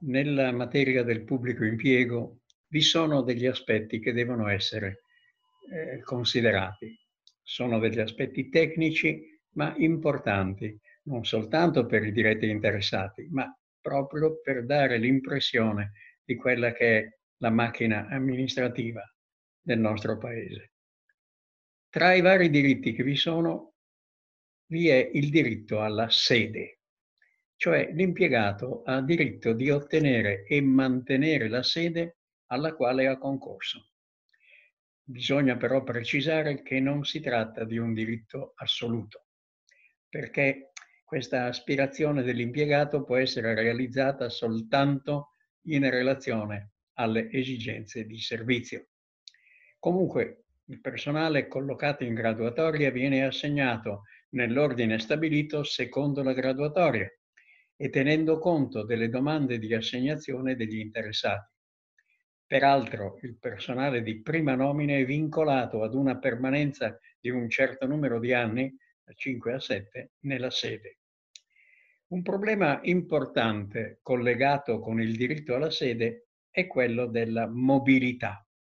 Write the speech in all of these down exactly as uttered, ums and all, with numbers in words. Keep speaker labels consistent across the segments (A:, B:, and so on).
A: nella materia del pubblico impiego vi sono degli aspetti che devono essere eh, considerati. Sono degli aspetti tecnici, ma importanti, non soltanto per i diretti interessati, ma proprio per dare l'impressione di quella che è la macchina amministrativa del nostro Paese. Tra i vari diritti che vi sono, vi è il diritto alla sede, cioè l'impiegato ha diritto di ottenere e mantenere la sede alla quale ha concorso. Bisogna però precisare che non si tratta di un diritto assoluto, perché questa aspirazione dell'impiegato può essere realizzata soltanto in relazione alle esigenze di servizio. Comunque, il personale collocato in graduatoria viene assegnato nell'ordine stabilito secondo la graduatoria e tenendo conto delle domande di assegnazione degli interessati. Peraltro, il personale di prima nomina è vincolato ad una permanenza di un certo numero di anni, da cinque a sette, nella sede. Un problema importante collegato con il diritto alla sede è quello della mobilità.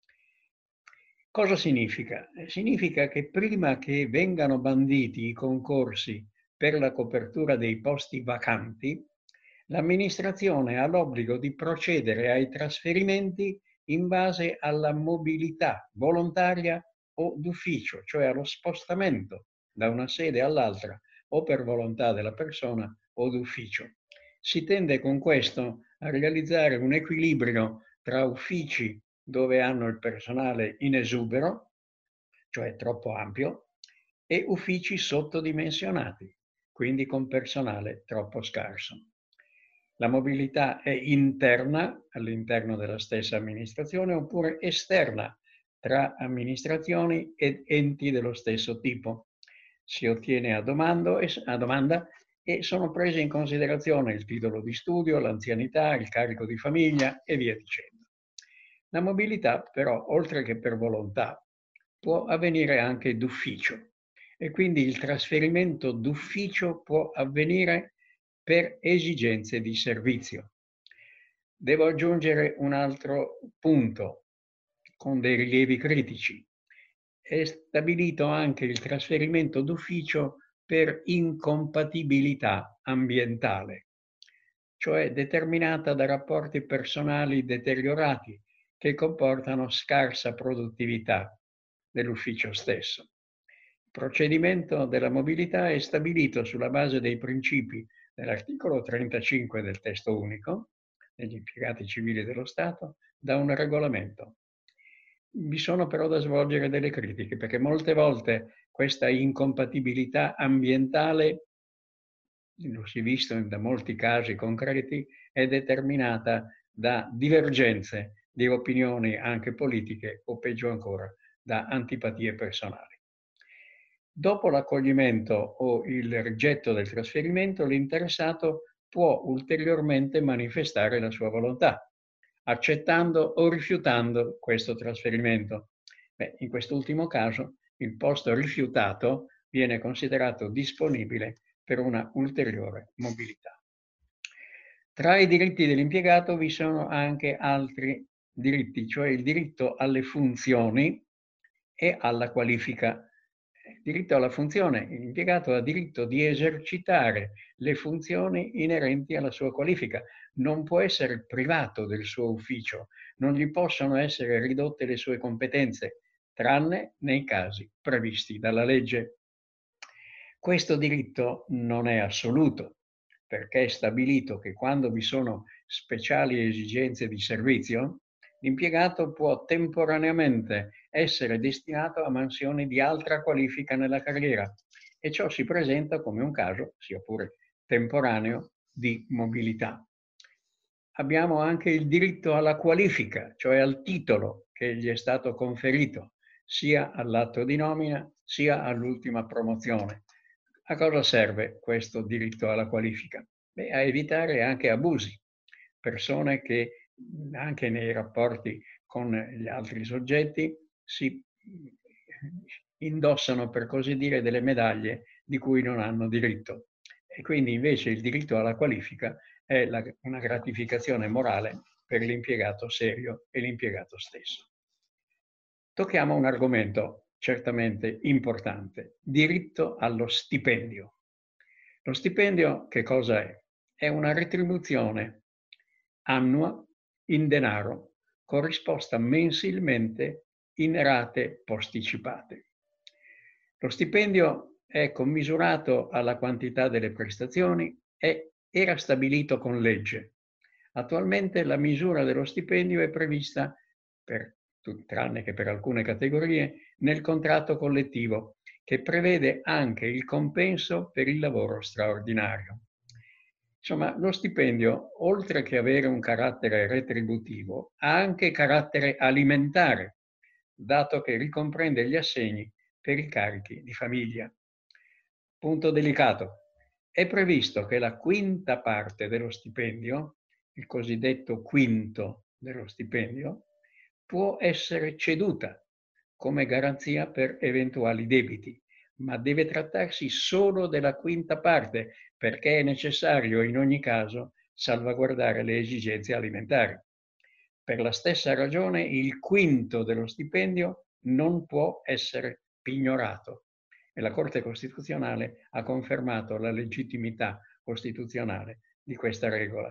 A: Cosa significa? Significa che prima che vengano banditi i concorsi per la copertura dei posti vacanti, l'amministrazione ha l'obbligo di procedere ai trasferimenti in base alla mobilità volontaria o d'ufficio, cioè allo spostamento da una sede all'altra o per volontà della persona o d'ufficio. Si tende con questo a realizzare un equilibrio tra uffici dove hanno il personale in esubero, cioè troppo ampio, e uffici sottodimensionati, quindi con personale troppo scarso. La mobilità è interna all'interno della stessa amministrazione oppure esterna tra amministrazioni ed enti dello stesso tipo. Si ottiene a, domando, a domanda e sono prese in considerazione il titolo di studio, l'anzianità, il carico di famiglia e via dicendo. La mobilità, però, oltre che per volontà, può avvenire anche d'ufficio e quindi il trasferimento d'ufficio può avvenire per esigenze di servizio. Devo aggiungere un altro punto con dei rilievi critici. È stabilito anche il trasferimento d'ufficio per incompatibilità ambientale, cioè determinata da rapporti personali deteriorati che comportano scarsa produttività dell'ufficio stesso. Il procedimento della mobilità è stabilito sulla base dei principi dell'articolo trentacinque del testo unico degli impiegati civili dello Stato da un regolamento. Vi sono però da svolgere delle critiche, perché molte volte questa incompatibilità ambientale, lo si è visto da molti casi concreti, è determinata da divergenze di opinioni anche politiche o peggio ancora da antipatie personali. Dopo l'accoglimento o il rigetto del trasferimento, l'interessato può ulteriormente manifestare la sua volontà, accettando o rifiutando questo trasferimento. Beh, in quest'ultimo caso, il posto rifiutato viene considerato disponibile per una ulteriore mobilità. Tra i diritti dell'impiegato vi sono anche altri diritti, cioè il diritto alle funzioni e alla qualifica. Il diritto alla funzione, l'impiegato ha diritto di esercitare le funzioni inerenti alla sua qualifica, non può essere privato del suo ufficio, non gli possono essere ridotte le sue competenze, tranne nei casi previsti dalla legge. Questo diritto non è assoluto, perché è stabilito che quando vi sono speciali esigenze di servizio, l'impiegato può temporaneamente essere destinato a mansioni di altra qualifica nella carriera e ciò si presenta come un caso, sia pure temporaneo, di mobilità. Abbiamo anche il diritto alla qualifica, cioè al titolo che gli è stato conferito, sia all'atto di nomina sia all'ultima promozione. A cosa serve questo diritto alla qualifica? Beh, a evitare anche abusi, persone che anche nei rapporti con gli altri soggetti si indossano, per così dire, delle medaglie di cui non hanno diritto. E quindi invece il diritto alla qualifica è la, una gratificazione morale per l'impiegato serio e l'impiegato stesso. Tocchiamo un argomento certamente importante: diritto allo stipendio. Lo stipendio che cosa è? È una retribuzione annua in denaro corrisposta mensilmente in rate posticipate. Lo stipendio è commisurato alla quantità delle prestazioni e era stabilito con legge. Attualmente la misura dello stipendio è prevista, per, tranne che per alcune categorie, nel contratto collettivo, che prevede anche il compenso per il lavoro straordinario. Insomma, lo stipendio, oltre che avere un carattere retributivo, ha anche carattere alimentare, dato che ricomprende gli assegni per i carichi di famiglia. Punto delicato. È previsto che la quinta parte dello stipendio, il cosiddetto quinto dello stipendio, può essere ceduta come garanzia per eventuali debiti, ma deve trattarsi solo della quinta parte, perché è necessario in ogni caso salvaguardare le esigenze alimentari. Per la stessa ragione il quinto dello stipendio non può essere pignorato e la Corte Costituzionale ha confermato la legittimità costituzionale di questa regola.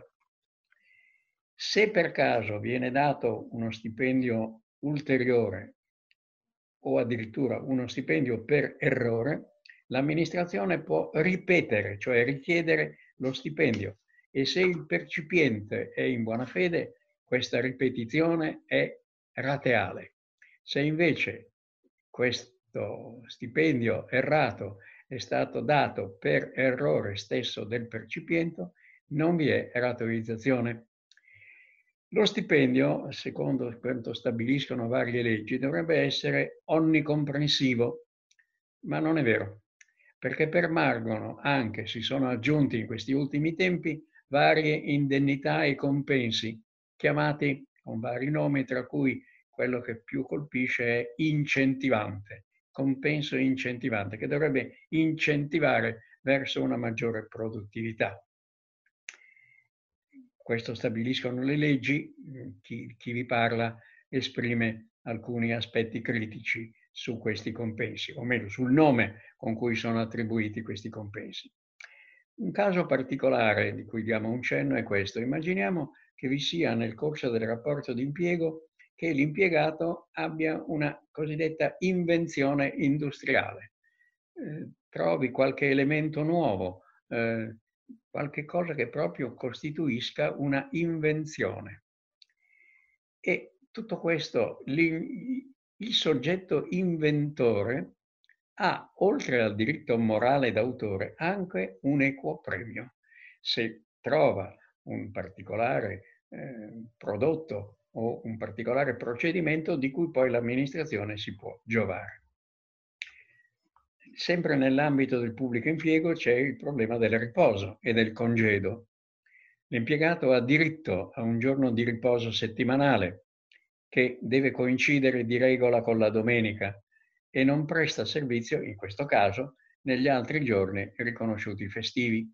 A: Se per caso viene dato uno stipendio ulteriore o addirittura uno stipendio per errore, l'amministrazione può ripetere, cioè richiedere lo stipendio, e se il percipiente è in buona fede, questa ripetizione è rateale. Se invece questo stipendio errato è stato dato per errore stesso del percipiente, non vi è rateizzazione. Lo stipendio, secondo quanto stabiliscono varie leggi, dovrebbe essere onnicomprensivo, ma non è vero, perché permangono anche, si sono aggiunti in questi ultimi tempi, varie indennità e compensi, chiamati con vari nomi, tra cui quello che più colpisce è incentivante, compenso incentivante, che dovrebbe incentivare verso una maggiore produttività. Questo stabiliscono le leggi, chi, chi vi parla esprime alcuni aspetti critici su questi compensi, o meglio sul nome con cui sono attribuiti questi compensi. Un caso particolare di cui diamo un cenno è questo. Immaginiamo che vi sia nel corso del rapporto di impiego che l'impiegato abbia una cosiddetta invenzione industriale, eh, trovi qualche elemento nuovo, eh, qualche cosa che proprio costituisca una invenzione. E tutto questo, il, il soggetto inventore ha, oltre al diritto morale d'autore, anche un equo premio. Se trova un particolare eh, prodotto o un particolare procedimento di cui poi l'amministrazione si può giovare. Sempre nell'ambito del pubblico impiego c'è il problema del riposo e del congedo. L'impiegato ha diritto a un giorno di riposo settimanale che deve coincidere di regola con la domenica e non presta servizio, in questo caso, negli altri giorni riconosciuti festivi.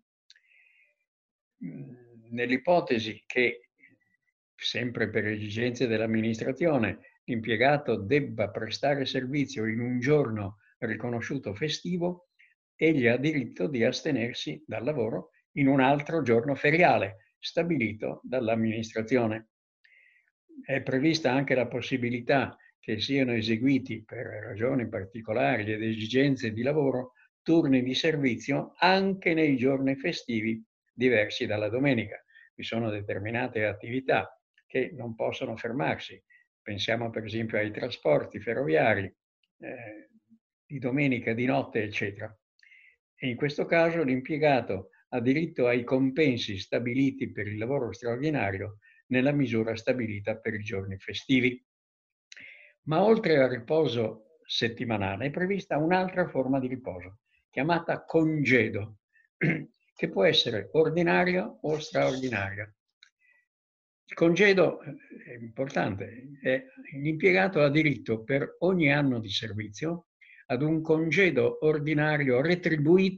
A: Nell'ipotesi che, sempre per esigenze dell'amministrazione, l'impiegato debba prestare servizio in un giorno riconosciuto festivo, egli ha diritto di astenersi dal lavoro in un altro giorno feriale stabilito dall'amministrazione. È prevista anche la possibilità che siano eseguiti, per ragioni particolari ed esigenze di lavoro, turni di servizio anche nei giorni festivi diversi dalla domenica. Vi sono determinate attività che non possono fermarsi. Pensiamo per esempio ai trasporti ferroviari, eh, di domenica, di notte, eccetera. E in questo caso l'impiegato ha diritto ai compensi stabiliti per il lavoro straordinario nella misura stabilita per i giorni festivi. Ma oltre al riposo settimanale è prevista un'altra forma di riposo, chiamata congedo, che può essere ordinario o straordinario. Il congedo è importante, è, l'impiegato ha diritto per ogni anno di servizio ad un congedo ordinario retribuito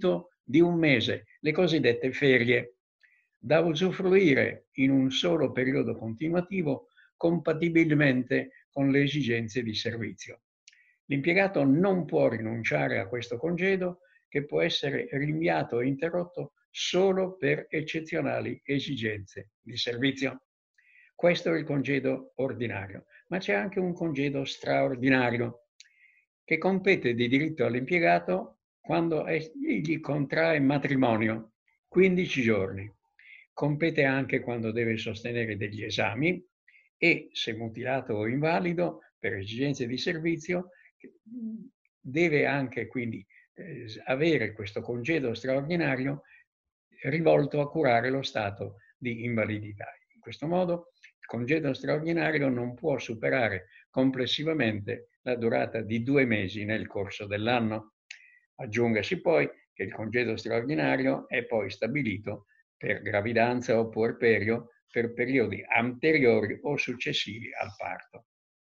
A: di un mese, le cosiddette ferie, da usufruire in un solo periodo continuativo compatibilmente con le esigenze di servizio. L'impiegato non può rinunciare a questo congedo, che può essere rinviato o interrotto solo per eccezionali esigenze di servizio. Questo è il congedo ordinario, ma c'è anche un congedo straordinario che compete di diritto all'impiegato quando egli contrae matrimonio, quindici giorni. Compete anche quando deve sostenere degli esami e, se mutilato o invalido per esigenze di servizio, deve anche quindi eh, avere questo congedo straordinario rivolto a curare lo stato di invalidità. In questo modo il congedo straordinario non può superare complessivamente la durata di due mesi nel corso dell'anno. Aggiungasi poi che il congedo straordinario è poi stabilito per gravidanza o puerperio per periodi anteriori o successivi al parto.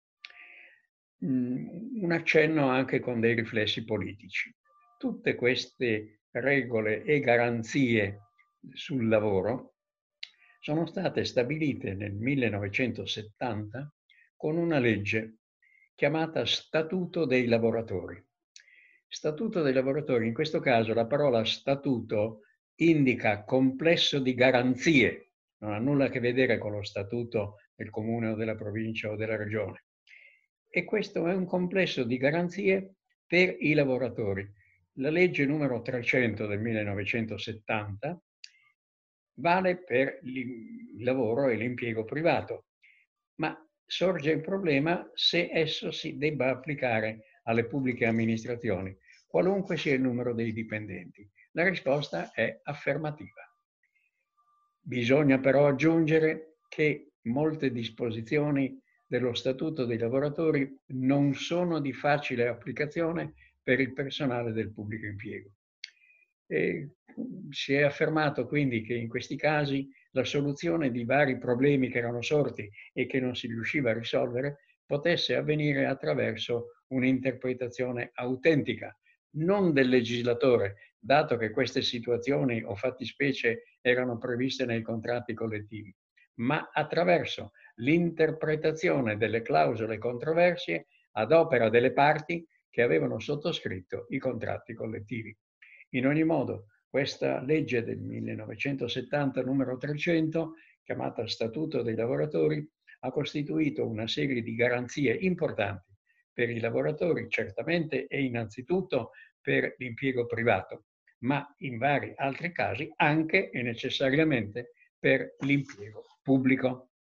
A: Un accenno anche con dei riflessi politici. Tutte queste regole e garanzie sul lavoro sono state stabilite nel millenovecentosettanta con una legge chiamata Statuto dei lavoratori. Statuto dei lavoratori, in questo caso la parola statuto indica complesso di garanzie, non ha nulla a che vedere con lo statuto del comune o della provincia o della regione. E questo è un complesso di garanzie per i lavoratori. La legge numero trecento del millenovecentosettanta vale per il lavoro e l'impiego privato, ma sorge il problema se esso si debba applicare alle pubbliche amministrazioni, qualunque sia il numero dei dipendenti. La risposta è affermativa. Bisogna però aggiungere che molte disposizioni dello Statuto dei lavoratori non sono di facile applicazione per il personale del pubblico impiego. E si è affermato quindi che in questi casi la soluzione di vari problemi che erano sorti e che non si riusciva a risolvere potesse avvenire attraverso un'interpretazione autentica, non del legislatore, dato che queste situazioni o fattispecie erano previste nei contratti collettivi, ma attraverso l'interpretazione delle clausole controversie ad opera delle parti che avevano sottoscritto i contratti collettivi. In ogni modo, questa legge del millenovecentosettanta numero trecento, chiamata Statuto dei lavoratori, ha costituito una serie di garanzie importanti per i lavoratori, certamente e innanzitutto per l'impiego privato, ma in vari altri casi anche e necessariamente per l'impiego pubblico.